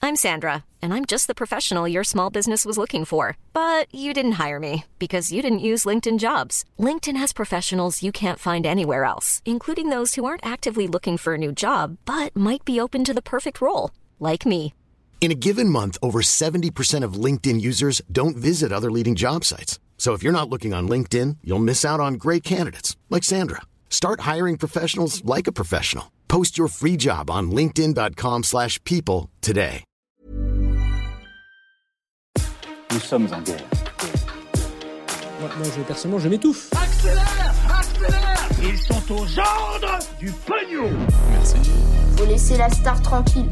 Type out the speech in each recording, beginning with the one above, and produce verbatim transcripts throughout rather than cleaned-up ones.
I'm Sandra, and I'm just the professional your small business was looking for. But you didn't hire me because you didn't use LinkedIn Jobs. LinkedIn has professionals you can't find anywhere else, including those who aren't actively looking for a new job, but might be open to the perfect role, like me. In a given month, over seventy percent of LinkedIn users don't visit other leading job sites. So if you're not looking on LinkedIn, you'll miss out on great candidates like Sandra. Start hiring professionals like a professional. Post your free job on linkedin.com slash people today. Nous sommes en guerre. Moi, moi je, personnellement, je m'étouffe. Accélère, accélère. Ils sont aux ordres du pognon. Merci. Faut laisser la star tranquille.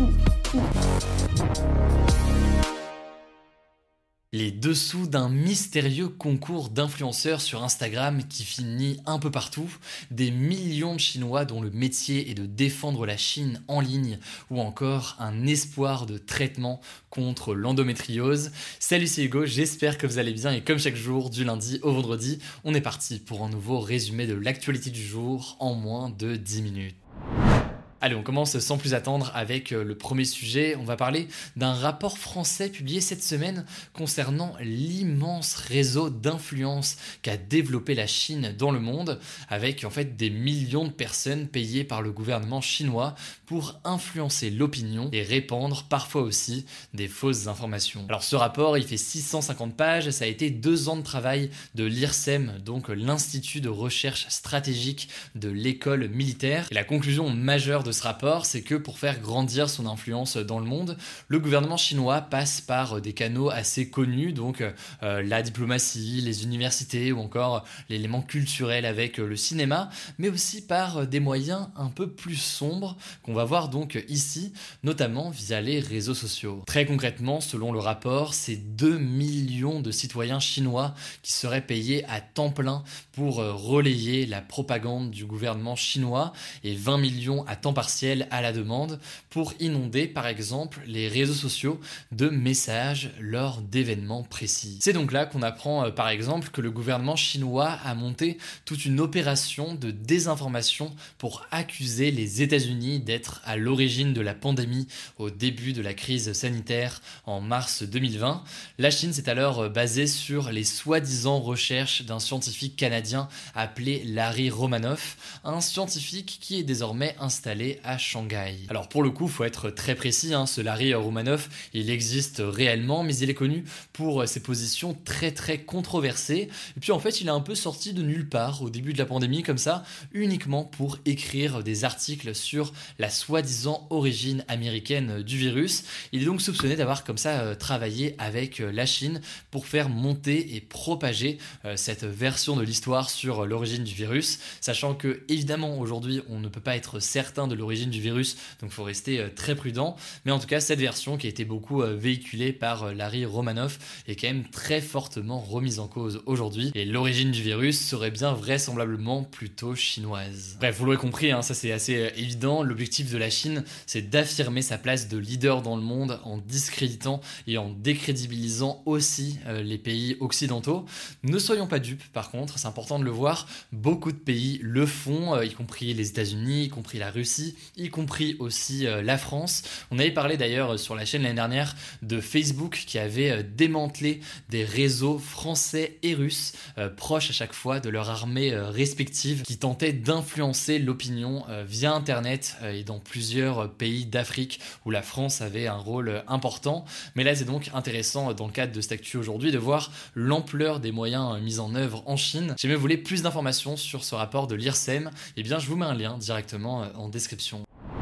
Les dessous d'un mystérieux concours d'influenceurs sur Instagram qui finit un peu partout, des millions de Chinois dont le métier est de défendre la Chine en ligne, ou encore un espoir de traitement contre l'endométriose. Salut, c'est Hugo, j'espère que vous allez bien et comme chaque jour, du lundi au vendredi, on est parti pour un nouveau résumé de l'actualité du jour en moins de dix minutes. Allez, on commence sans plus attendre avec le premier sujet. On va parler d'un rapport français publié cette semaine concernant l'immense réseau d'influence qu'a développé la Chine dans le monde, avec en fait des millions de personnes payées par le gouvernement chinois pour influencer l'opinion et répandre parfois aussi des fausses informations. Alors ce rapport, il fait six cent cinquante pages, ça a été deux ans de travail de l'I R S E M, donc l'Institut de recherche stratégique de l'école militaire. Et la conclusion majeure de ce rapport, c'est que pour faire grandir son influence dans le monde, le gouvernement chinois passe par des canaux assez connus, donc euh, la diplomatie, les universités ou encore l'élément culturel avec le cinéma, mais aussi par des moyens un peu plus sombres qu'on va voir donc ici, notamment via les réseaux sociaux. Très concrètement, selon le rapport, c'est deux millions de citoyens chinois qui seraient payés à temps plein pour relayer la propagande du gouvernement chinois et vingt millions à temps partiel à la demande pour inonder par exemple les réseaux sociaux de messages lors d'événements précis. C'est donc là qu'on apprend euh, par exemple que le gouvernement chinois a monté toute une opération de désinformation pour accuser les États-Unis d'être à l'origine de la pandémie au début de la crise sanitaire en mars deux mille vingt. La Chine s'est alors basée sur les soi-disant recherches d'un scientifique canadien appelé Larry Romanoff, un scientifique qui est désormais installé à Shanghai. Alors pour le coup, il faut être très précis, hein, ce Larry Romanoff, il existe réellement, mais il est connu pour ses positions très très controversées. Et puis en fait, il est un peu sorti de nulle part au début de la pandémie, comme ça, uniquement pour écrire des articles sur la soi-disant origine américaine du virus. Il est donc soupçonné d'avoir comme ça euh, travaillé avec euh, la Chine pour faire monter et propager euh, cette version de l'histoire sur euh, l'origine du virus, sachant que évidemment aujourd'hui on ne peut pas être certain de l'origine du virus, donc il faut rester euh, très prudent, mais en tout cas cette version qui a été beaucoup euh, véhiculée par euh, Larry Romanoff est quand même très fortement remise en cause aujourd'hui, et l'origine du virus serait bien vraisemblablement plutôt chinoise. Bref, vous l'aurez compris, hein, ça c'est assez euh, évident, l'objectif de la Chine c'est d'affirmer sa place de leader dans le monde en discréditant et en décrédibilisant aussi euh, les pays occidentaux. Ne soyons pas dupes par contre, c'est important de le voir, beaucoup de pays le font, euh, y compris les États-Unis, y compris la Russie, y compris aussi euh, la France. On avait parlé d'ailleurs sur la chaîne l'année dernière de Facebook qui avait euh, démantelé des réseaux français et russes euh, proches à chaque fois de leur armée euh, respective qui tentaient d'influencer l'opinion euh, via internet euh, et dans plusieurs euh, pays d'Afrique où la France avait un rôle euh, important. Mais là c'est donc intéressant euh, dans le cadre de cette actu aujourd'hui de voir l'ampleur des moyens euh, mis en œuvre en Chine. Si vous voulez plus d'informations sur ce rapport de l'I R S E M, eh bien je vous mets un lien directement euh, en description.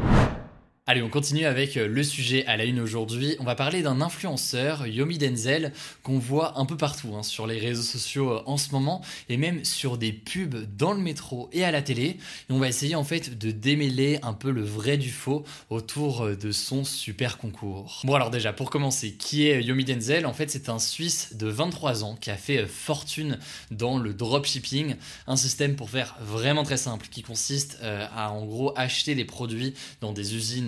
Allez, on continue avec le sujet à la une aujourd'hui. On va parler d'un influenceur, Yomi Denzel, qu'on voit un peu partout hein, sur les réseaux sociaux en ce moment et même sur des pubs dans le métro et à la télé. Et on va essayer en fait de démêler un peu le vrai du faux autour de son super concours. Bon alors déjà, pour commencer, qui est Yomi Denzel ? En fait, c'est un Suisse de vingt-trois ans qui a fait fortune dans le dropshipping, un système pour faire vraiment très simple qui consiste à en gros acheter des produits dans des usines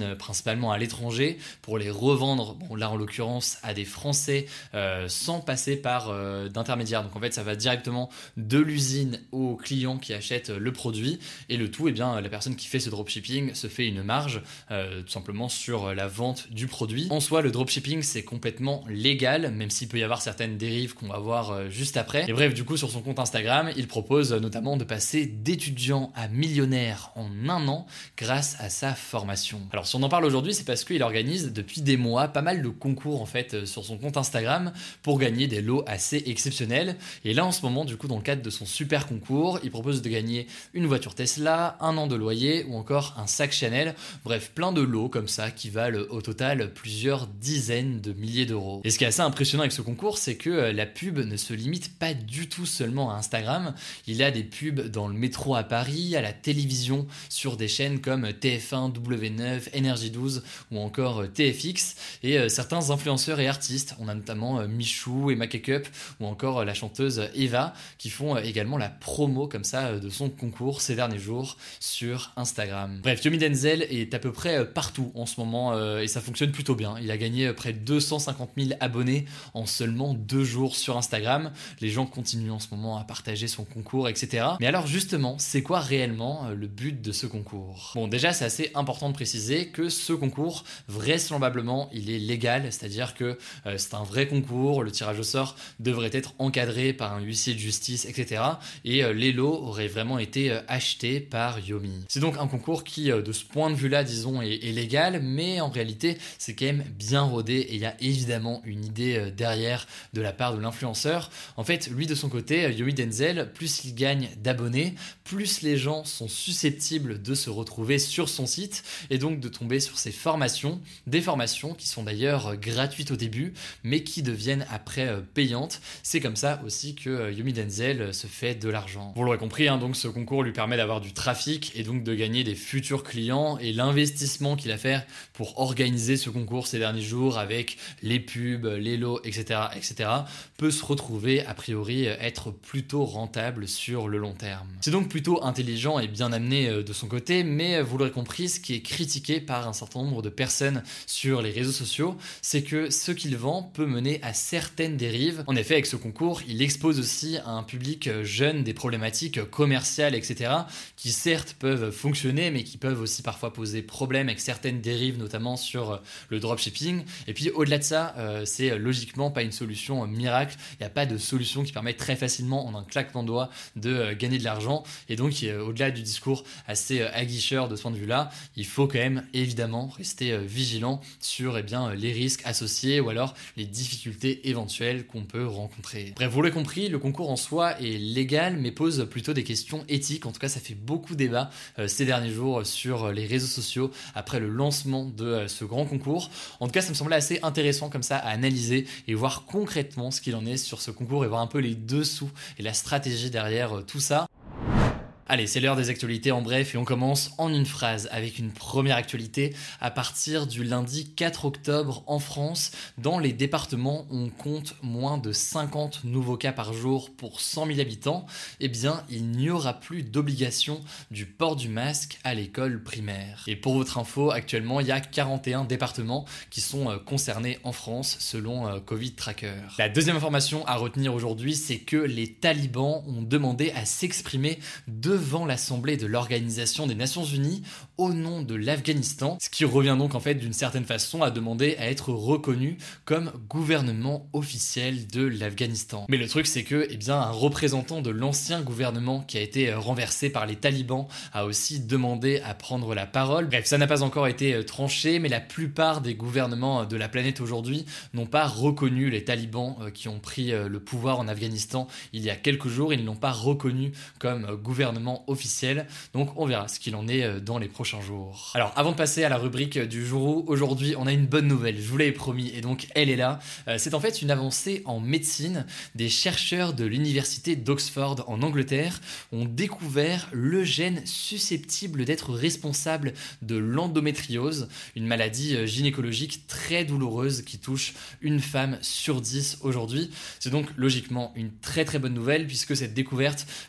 Chine, principalement à l'étranger, pour les revendre, bon là en l'occurrence à des Français, euh, sans passer par euh, d'intermédiaires. Donc en fait ça va directement de l'usine au client qui achète le produit, et le tout, eh bien, la personne qui fait ce dropshipping se fait une marge euh, tout simplement sur la vente du produit. En soi, le dropshipping c'est complètement légal, même s'il peut y avoir certaines dérives qu'on va voir euh, juste après. Et bref, du coup sur son compte Instagram, il propose notamment de passer d'étudiant à millionnaire en un an grâce à sa formation. Alors si on en parle aujourd'hui, c'est parce qu'il organise depuis des mois pas mal de concours en fait sur son compte Instagram pour gagner des lots assez exceptionnels. Et là en ce moment, du coup, dans le cadre de son super concours, il propose de gagner une voiture Tesla, un an de loyer ou encore un sac Chanel. Bref, plein de lots comme ça qui valent au total plusieurs dizaines de milliers d'euros. Et ce qui est assez impressionnant avec ce concours, c'est que la pub ne se limite pas du tout seulement à Instagram. Il a des pubs dans le métro à Paris, à la télévision, sur des chaînes comme T F un, W neuf, N R J douze ou encore T F X, et euh, certains influenceurs et artistes. On a notamment euh, Michou et Makeup ou encore euh, la chanteuse Eva qui font euh, également la promo comme ça euh, de son concours ces derniers jours sur Instagram. Bref, Yomi Denzel est à peu près euh, partout en ce moment euh, et ça fonctionne plutôt bien. Il a gagné euh, près de deux cent cinquante mille abonnés en seulement deux jours sur Instagram. Les gens continuent en ce moment à partager son concours, et cetera. Mais alors justement, c'est quoi réellement euh, le but de ce concours ? Bon, déjà c'est assez important de préciser que ce concours, vraisemblablement, il est légal, c'est-à-dire que euh, c'est un vrai concours, le tirage au sort devrait être encadré par un huissier de justice, et cetera. Et euh, les lots auraient vraiment été euh, achetés par Yomi. C'est donc un concours qui, euh, de ce point de vue-là, disons, est, est légal, mais en réalité, c'est quand même bien rodé et il y a évidemment une idée euh, derrière de la part de l'influenceur. En fait, lui de son côté, euh, Yomi Denzel, plus il gagne d'abonnés, plus les gens sont susceptibles de se retrouver sur son site et donc de tomber sur ses formations, des formations qui sont d'ailleurs gratuites au début, mais qui deviennent après payantes. C'est comme ça aussi que Yomi Denzel se fait de l'argent. Vous l'aurez compris, hein, donc ce concours lui permet d'avoir du trafic et donc de gagner des futurs clients, et l'investissement qu'il a fait pour organiser ce concours ces derniers jours avec les pubs, les lots, et cetera, et cetera, peut se retrouver a priori être plutôt rentable sur le long terme. C'est donc plutôt intelligent et bien amené de son côté, mais vous l'aurez compris, ce qui est critiqué par un certain nombre de personnes sur les réseaux sociaux, c'est que ce qu'il vend peut mener à certaines dérives. En effet, avec ce concours, il expose aussi à un public jeune des problématiques commerciales, et cetera, qui certes peuvent fonctionner, mais qui peuvent aussi parfois poser problème avec certaines dérives, notamment sur le dropshipping. Et puis au-delà de ça, euh, c'est logiquement pas une solution miracle. Il n'y a pas de solution qui permet très facilement, en un claquement de doigts, de euh, gagner de l'argent. Et donc, euh, au-delà du discours assez euh, aguicheur de ce point de vue-là, il faut quand même évidemment rester euh, vigilant sur eh bien, les risques associés ou alors les difficultés éventuelles qu'on peut rencontrer. Bref, vous l'avez compris, le concours en soi est légal, mais pose plutôt des questions éthiques. En tout cas, ça fait beaucoup débat euh, ces derniers jours sur les réseaux sociaux après le lancement de euh, ce grand concours. En tout cas, ça me semblait assez intéressant comme ça à analyser et voir concrètement ce qu'il en est sur ce concours et voir un peu les dessous et la stratégie derrière euh, tout ça. Allez, c'est l'heure des actualités en bref et on commence en une phrase avec une première actualité. À partir du lundi quatre octobre en France, dans les départements où on compte moins de cinquante nouveaux cas par jour pour cent mille habitants, eh bien, il n'y aura plus d'obligation du port du masque à l'école primaire. Et pour votre info, actuellement, il y a quarante et un départements qui sont concernés en France selon Covid Tracker. La deuxième information à retenir aujourd'hui, c'est que les talibans ont demandé à s'exprimer de devant l'Assemblée de l'Organisation des Nations Unies au nom de l'Afghanistan, ce qui revient donc en fait d'une certaine façon à demander à être reconnu comme gouvernement officiel de l'Afghanistan. Mais le truc c'est que eh bien, un représentant de l'ancien gouvernement qui a été renversé par les talibans a aussi demandé à prendre la parole. Bref, ça n'a pas encore été tranché, mais la plupart des gouvernements de la planète aujourd'hui n'ont pas reconnu les talibans qui ont pris le pouvoir en Afghanistan il y a quelques jours. Ils ne l'ont pas reconnu comme gouvernement officiel, donc on verra ce qu'il en est dans les prochains jours. Alors avant de passer à la rubrique du jour où, aujourd'hui on a une bonne nouvelle, je vous l'avais promis et donc elle est là. C'est en fait une avancée en médecine. Des chercheurs de l'université d'Oxford en Angleterre ont découvert le gène susceptible d'être responsable de l'endométriose, une maladie gynécologique très douloureuse qui touche une femme sur dix aujourd'hui. C'est donc logiquement une très très bonne nouvelle puisque cette découverte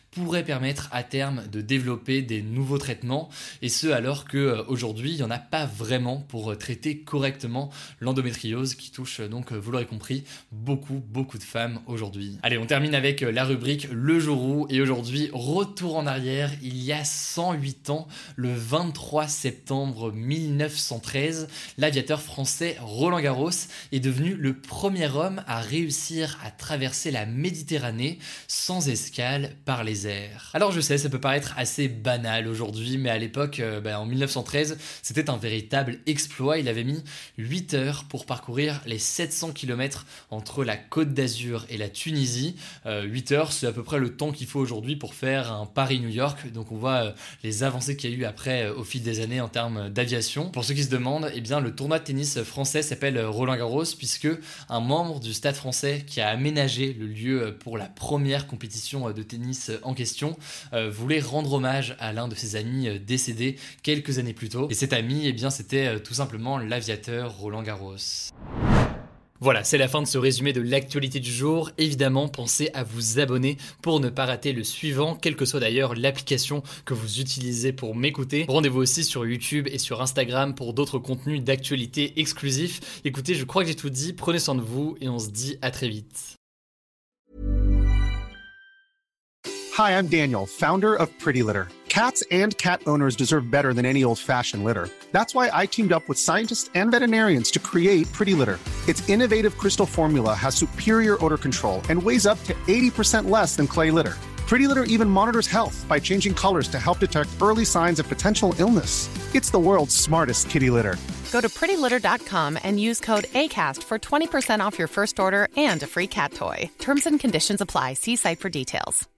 pourrait permettre à terme de développer des nouveaux traitements, et ce alors qu'aujourd'hui il n'y en a pas vraiment pour traiter correctement l'endométriose qui touche donc, vous l'aurez compris, beaucoup beaucoup de femmes aujourd'hui. Allez, on termine avec la rubrique Le jour où, et aujourd'hui retour en arrière, il y a cent huit ans, le vingt-trois septembre mille neuf cent treize, l'aviateur français Roland Garros est devenu le premier homme à réussir à traverser la Méditerranée sans escale par les airs. Alors je sais, ça peut paraître assez banal aujourd'hui, mais à l'époque, euh, bah, en mille neuf cent treize, c'était un véritable exploit. Il avait mis huit heures pour parcourir les sept cents kilomètres entre la Côte d'Azur et la Tunisie. Euh, huit heures, c'est à peu près le temps qu'il faut aujourd'hui pour faire un Paris-New York. Donc on voit euh, les avancées qu'il y a eu après euh, au fil des années en termes d'aviation. Pour ceux qui se demandent, eh bien, le tournoi de tennis français s'appelle Roland Garros puisque un membre du Stade français qui a aménagé le lieu pour la première compétition de tennis en question euh, voulait rendre hommage à l'un de ses amis décédés quelques années plus tôt. Et cet ami, eh bien, c'était euh, tout simplement l'aviateur Roland Garros. Voilà, c'est la fin de ce résumé de l'actualité du jour. Évidemment, pensez à vous abonner pour ne pas rater le suivant, quelle que soit d'ailleurs l'application que vous utilisez pour m'écouter. Rendez-vous aussi sur YouTube et sur Instagram pour d'autres contenus d'actualité exclusifs. Écoutez, je crois que j'ai tout dit, prenez soin de vous et on se dit à très vite. Hi, I'm Daniel, founder of Pretty Litter. Cats and cat owners deserve better than any old-fashioned litter. That's why I teamed up with scientists and veterinarians to create Pretty Litter. Its innovative crystal formula has superior odor control and weighs up to eighty percent less than clay litter. Pretty Litter even monitors health by changing colors to help detect early signs of potential illness. It's the world's smartest kitty litter. Go to pretty litter dot com and use code ACAST for twenty percent off your first order and a free cat toy. Terms and conditions apply. See site for details.